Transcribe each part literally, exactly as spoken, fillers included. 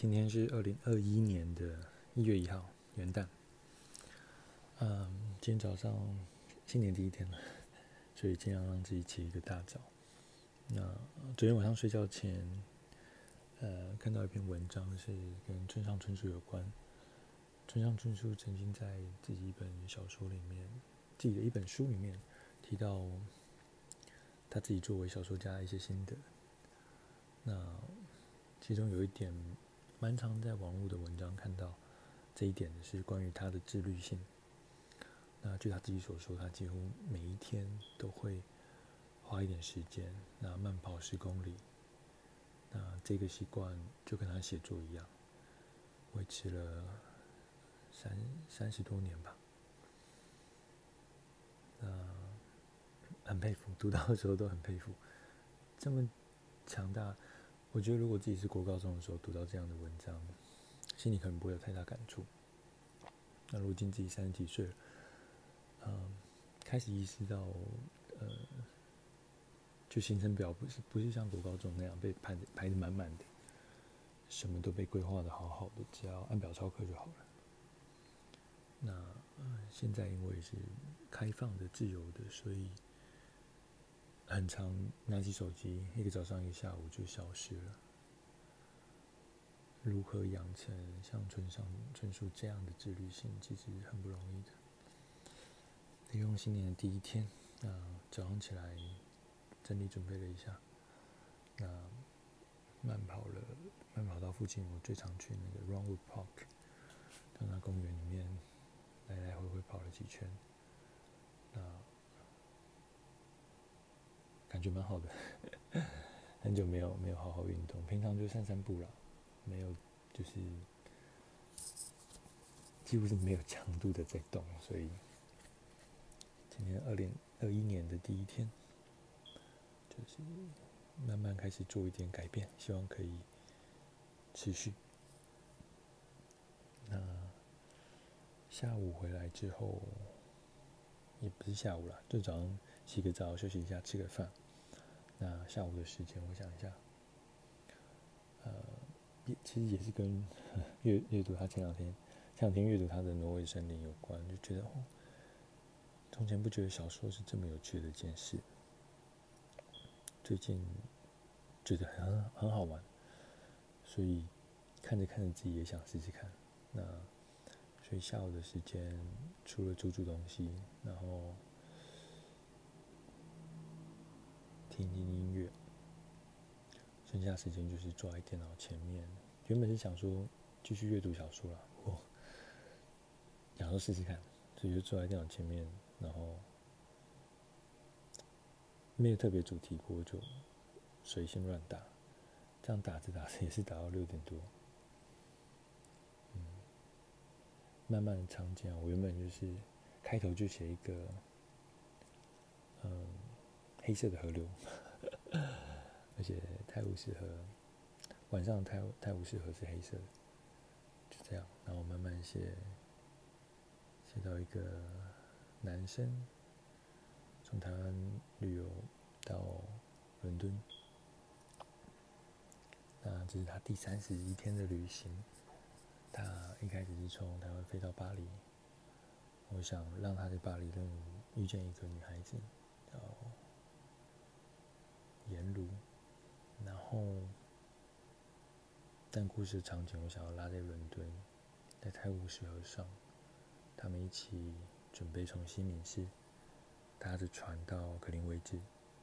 今天是二零二一年的一月一号，元旦。嗯，今天早上新年第一天了，所以尽量让自己起一个大早。那昨天晚上睡觉前，呃，看到一篇文章是跟村上春树有关。村上春树曾经在自己一本小说里面，自己的一本书里面提到他自己作为小说家的一些心得。那其中有一点蛮常在网络的文章看到这一点的是关于他的自律性。那据他自己所说，他几乎每一天都会花一点时间，那慢跑十公里。那这个习惯就跟他写作一样，维持了三三十多年吧。那很佩服，读到的时候都很佩服，这么强大。我觉得如果自己是国高中的时候读到这样的文章，心里可能不会有太大感触。那如今自己三十几岁了，嗯，开始意识到，呃，就行程表不是不是像国高中那样被排的排得满满的，什么都被规划的好好的，只要按表操课就好了。那、呃、现在因为是开放的、自由的，所以很常拿起手机，一个早上一个下午就消失了。如何养成像村上春树这样的自律性，其实很不容易的。利用新年的第一天，那早上起来整理准备了一下，那慢跑了，慢跑到附近我最常去那个 Runwood Park， 到那公园里面来来回回跑了几圈，那感觉蛮好的。很久没有没有好好运动，平常就散散步啦，没有就是几乎是没有强度的在动，所以今年二零二一年的第一天，就是慢慢开始做一点改变，希望可以持续。那下午回来之后，也不是下午啦，就早上洗个澡，休息一下，吃个饭。那下午的时间，我想一下，呃，也其实也是跟阅阅读他前两天前两天阅读他的《挪威森林》有关，就觉得哦，从前不觉得小说是这么有趣的一件事，最近觉得很很好玩，所以看着看着自己也想试试看。那所以下午的时间除了煮煮东西，然后听听音乐，剩下时间就是坐在电脑前面。原本是想说继续阅读小说啦，我想说试试看，所以就坐在电脑前面，然后没有特别主题，不过就随性乱打，这样打着打着也是打到六点多。嗯，慢慢的场景，我原本就是开头就写一个，嗯，黑色的河流，而且泰晤士河晚上泰泰晤士河是黑色的，就这样，然后慢慢写，写到一个男生从台湾旅游到伦敦，那这是他第三十一天的旅行。他一开始是从台湾飞到巴黎，我想让他在巴黎认遇见一个女孩子，叫颜如，然后但故事的场景我想要拉在伦敦，在泰晤士河上，他们一起准备从西敏寺搭着船到格林威治，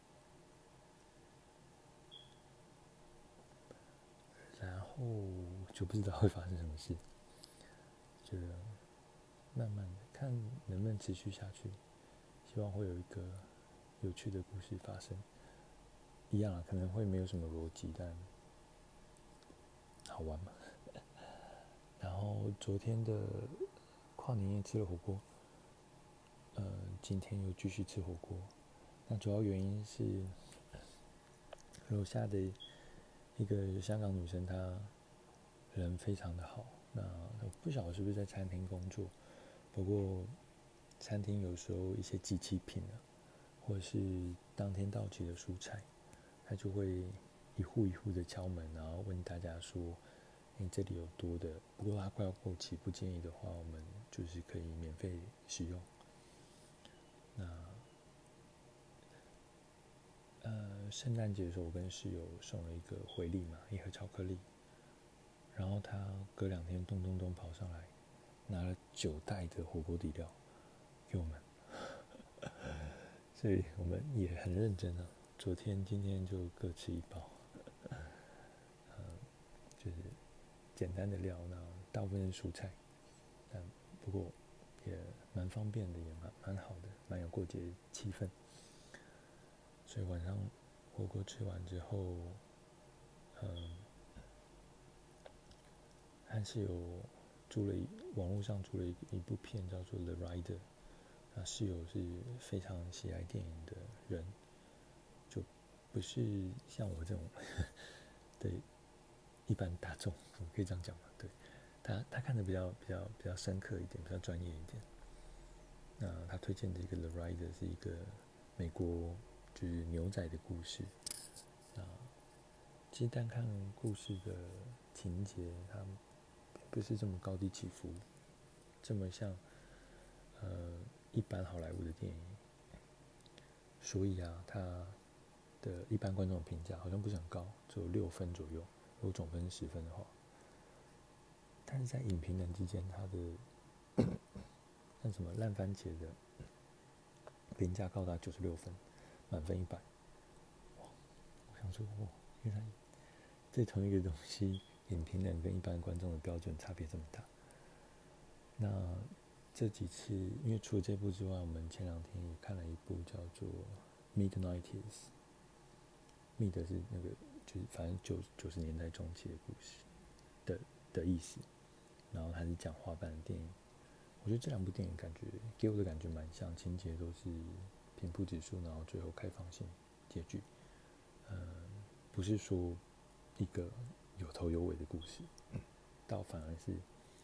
然后就不知道会发生什么事，就慢慢的看能不能持续下去，希望会有一个有趣的故事发生。一样啊，可能会没有什么逻辑，但好玩嘛。然后昨天的跨年夜吃了火锅，呃，今天又继续吃火锅。那主要原因是楼下的一个香港女生，她人非常的好。那我不晓得是不是在餐厅工作，不过餐厅有时候一些机器品啊，或者是当天到期的蔬菜，她就会一户一户的敲门，然后问大家说你这里有多的，不过它快要过期，不建议的话，我们就是可以免费使用。那呃，圣诞节的时候，我跟室友送了一个回礼嘛，一盒巧克力，然后他隔两天咚咚咚跑上来，拿了九袋的火锅底料给我们，所以我们也很认真啊。昨天、今天就各吃一包，呃，就是简单的料，那大部分是蔬菜，但不过也蛮方便的，也蛮蛮好的，蛮有过节气氛。所以晚上火锅吃完之后，嗯，还是有租了一网络上租了一一部片叫做《The Rider》，那室友是非常喜爱电影的人，就不是像我这种对一般大众，我可以这样讲吗？对，他他看的比较比较比较深刻一点，比较专业一点。那他推荐的一个《The Rider》是一个美国就是牛仔的故事。那其实单看故事的情节，它不是这么高低起伏，这么像呃一般好莱坞的电影。所以啊，它的一般观众评价好像不是很高，只有六分左右。如果总分是十分的话，但是在影评人之间，它的像什么烂番茄的评价高达九十六分，满分一百。哇！我想说，哇，原来这同一个东西，影评人跟一般观众的标准差别这么大。那这几次，因为除了这部之外，我们前两天也看了一部叫做《Mid-Nineties》。Mid 是那个，就是反正九九十年代中期的故事的的意思。然后它是讲滑板的电影。我觉得这两部电影感觉给我的感觉蛮像，情节都是平铺直述，然后最后开放性结局。嗯，不是说一个有头有尾的故事，倒反而是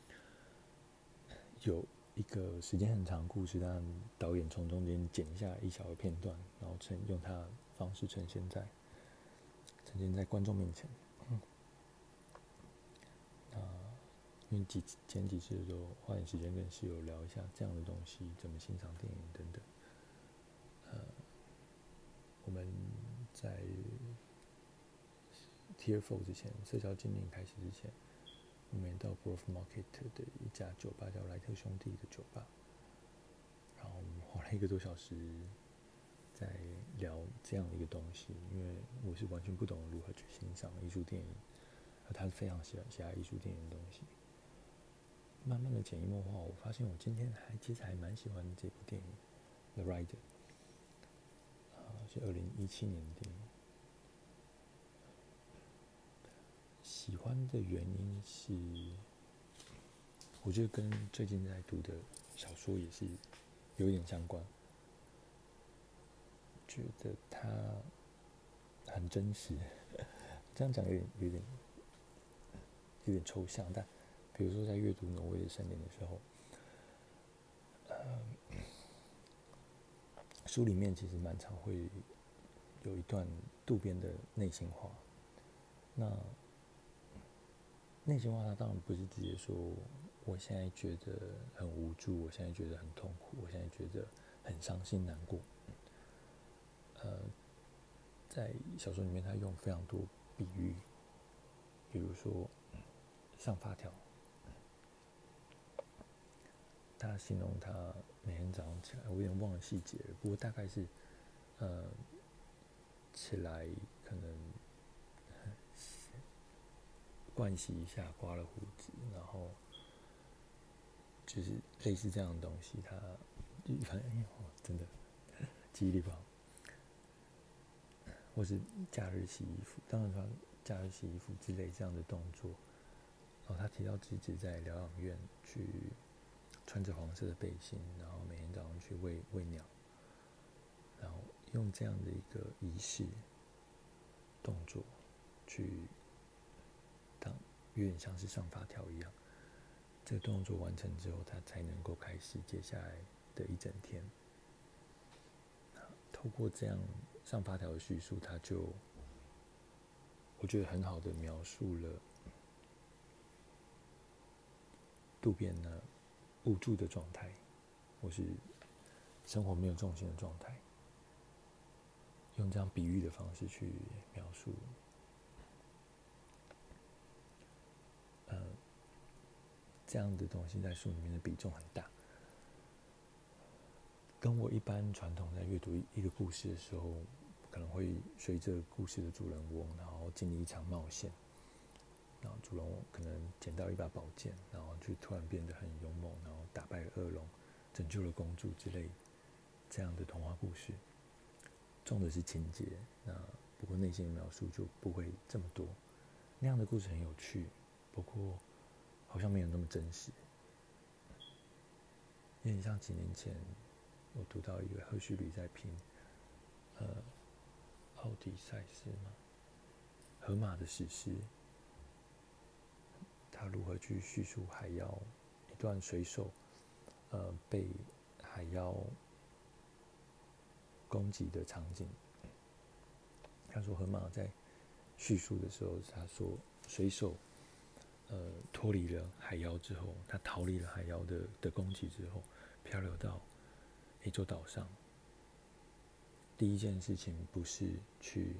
有一个时间很长的故事，但导演从中间剪下一小个片段，然后呈用他的方式呈现在呈现在观众面前。嗯，那因为几前几次的时候花点时间跟室友聊一下这样的东西，怎么欣赏电影等等。呃，我们在 Tier Four 之前，社交精灵开始之前，我们到 Grove Market 的一家酒吧叫莱特兄弟的酒吧，然后我们花了一个多小时在聊这样的一个东西，因为我是完全不懂如何去欣赏艺术电影，而他是非常喜欢喜爱艺术电影的东西。慢慢的潜移默化，我发现我今天还其实还蛮喜欢这部电影《The Rider》，啊，是二零一七年的电影。喜欢的原因是，我觉得跟最近在读的小说也是有一点相关。觉得它很真实，这样讲有点有点有点抽象，但比如说在阅读《挪威的森林》的时候，呃，书里面其实蛮常会有一段渡边的内心话。那内心话，它当然不是直接说我现在觉得很无助，我现在觉得很痛苦，我现在觉得很伤心难过。呃，在小说里面，他用非常多比喻，比如说上发条，他形容他每天早上起来，我有点忘了细节了，不过大概是，呃，起来可能盥洗一下，刮了胡子，然后就是类似这样的东西，他反正、哎、真的记忆力不好。或是假日洗衣服，当然他假日洗衣服之类这样的动作。然后他提到自己在疗养院去穿着黄色的背心，然后每天早上去喂喂鸟，然后用这样的一个仪式动作去当有点像是上发条一样。这个动作完成之后，他才能够开始接下来的一整天。透过这样上发条的叙述，他就我觉得很好的描述了渡边呢无助的状态，或是生活没有重心的状态，用这样比喻的方式去描述，呃，这样的东西在书里面的比重很大，跟我一般传统在阅读一个故事的时候，可能会随着故事的主人翁，然后经历一场冒险，然后主人翁可能捡到一把宝剑，然后就突然变得很勇猛，然后打败了恶龙，拯救了公主之类这样的童话故事。重的是情节，那不过内心的描述就不会这么多。那样的故事很有趣，不过好像没有那么真实。有点像几年前我读到一个赫胥黎在评呃奥迪赛斯吗？荷马的史诗，他如何去叙述海妖一段水手呃被海妖攻击的场景。他说荷马在叙述的时候，他说水手呃脱离了海妖之后，他逃离了海妖的的攻击之后，漂流到一座岛上。第一件事情不是去，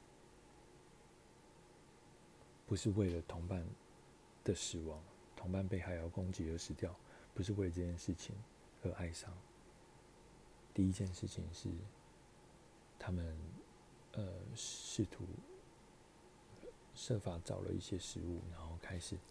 不是为了同伴的死亡，同伴被海妖攻击而死掉，不是为了这件事情而哀伤。第一件事情是他们呃试图设法找了一些食物，然后开始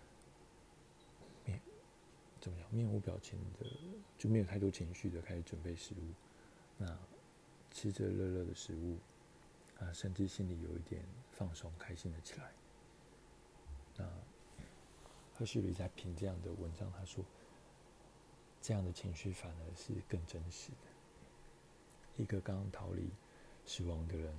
面怎么样面无表情的，就没有太多情绪的开始准备食物。那吃着热热的食物，啊，甚至心里有一点放松、开心了起来。那赫胥黎在评这样的文章，他说，这样的情绪反而是更真实的。一个刚刚逃离死亡的人，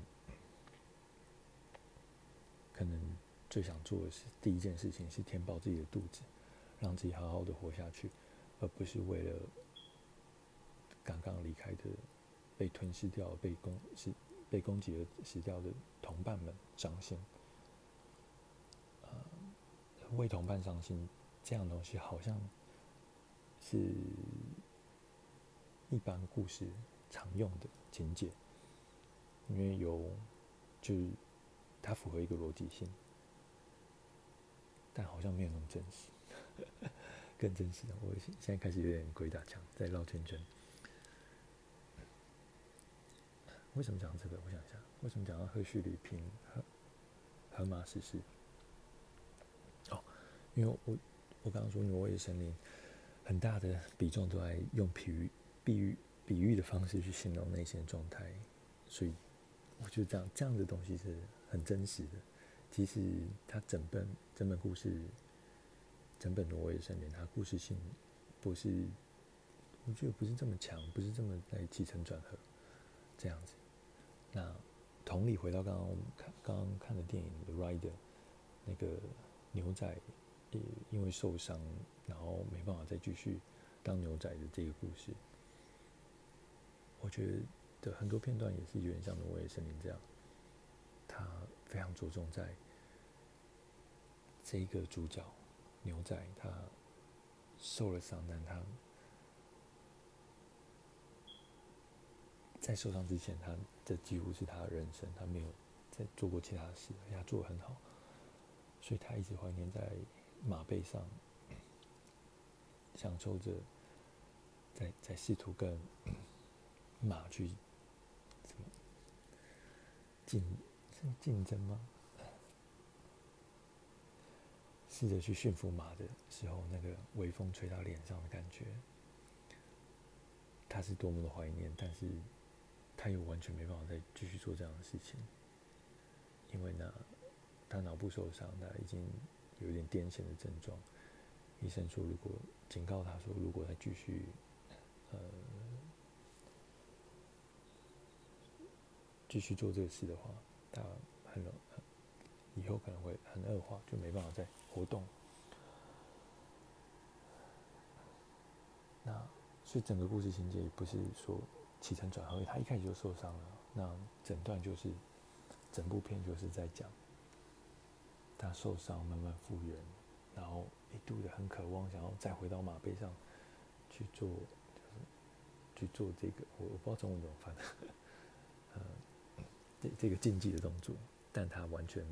可能最想做的是第一件事情是填饱自己的肚子，让自己好好的活下去，而不是为了刚刚离开的被吞噬掉、被攻是被攻击而死掉的同伴们伤心。呃，为同伴伤心这样的东西，好像是一般故事常用的情节，因为有就是它符合一个逻辑性，但好像没有那么真实。更真实的，我现在开始有点鬼打墙，在绕圈圈。为什么讲这个？我想一下，为什么讲到赫胥黎评荷荷马史诗？哦，因为我我刚刚说挪威的森林，很大的比重都在用比喻、比喻、比喻的方式去形容内心的状态，所以我觉得这样这样的东西是很真实的。即使它整本整本故事，整本挪威的森林，它故事性不是，我觉得不是这么强，不是这么在起承转合这样子。那同理回到刚刚我们看刚刚看的电影《The Rider》，那个牛仔也因为受伤，然后没办法再继续当牛仔的这个故事，我觉得很多片段也是有点像挪威森林这样，他非常着重在这一个主角牛仔，他受了伤，但他在受伤之前，他这几乎是他的人生，他没有再做过其他的事，而且他做得很好，所以他一直怀念在马背上，享受着在在试图跟马去怎么竞竞争吗？试着去驯服马的时候，那个微风吹到脸上的感觉，他是多么的怀念，但是他又完全没办法再继续做这样的事情，因为呢，他脑部受伤，他已经有点癫痫的症状。医生说，如果警告他说，如果他继续，呃，继续做这个事的话，他很以后可能会很恶化，就没办法再活动。那所以整个故事情节也不是说起承转合，他一开始就受伤了。那整段就是整部片就是在讲他受伤慢慢复原，然后一度的很渴望想要再回到马背上去做，就是去做这个我我不知道中文怎么翻，呃，这这个竞技的动作，但他完全，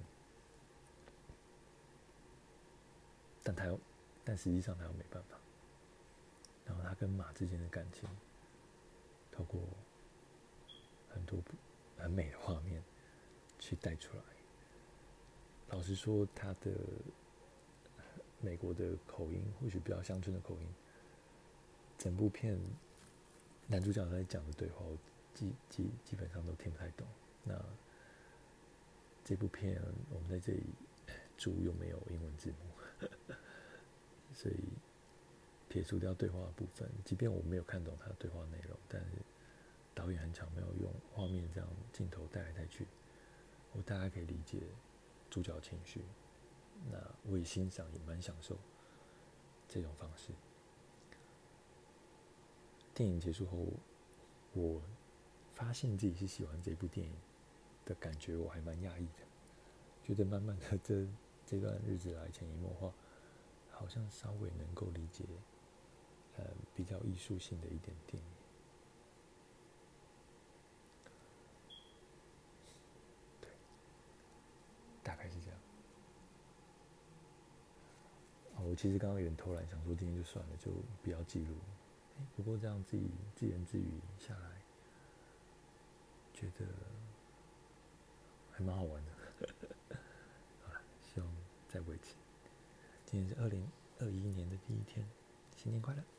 但他又，但实际上他又没办法。然后他跟马之间的感情，透过很多很美的画面去带出来。老实说，他的美国的口音或许比较乡村的口音，整部片男主角在讲的对话，我基基基本上都听不太懂。那这部片我们在这里注又没有英文字幕，所以撇除掉对话的部分，即便我没有看懂他的对话内容，但是导演很巧妙用画面这样镜头带来带去，我大概可以理解主角情绪。那我也欣赏，也蛮享受这种方式。电影结束后，我发现自己是喜欢这部电影的感觉，我还蛮讶异的。觉得慢慢的这这段日子来潜移默化，好像稍微能够理解，呃，比较艺术性的一点电影。对，大概是这样。啊，我其实刚刚有点偷懒，想说今天就算了，就不要记录。不过这样自己自言自语下来，觉得还蛮好玩的。好了，希望再维持。今天是二零二一年的第一天，新年快乐！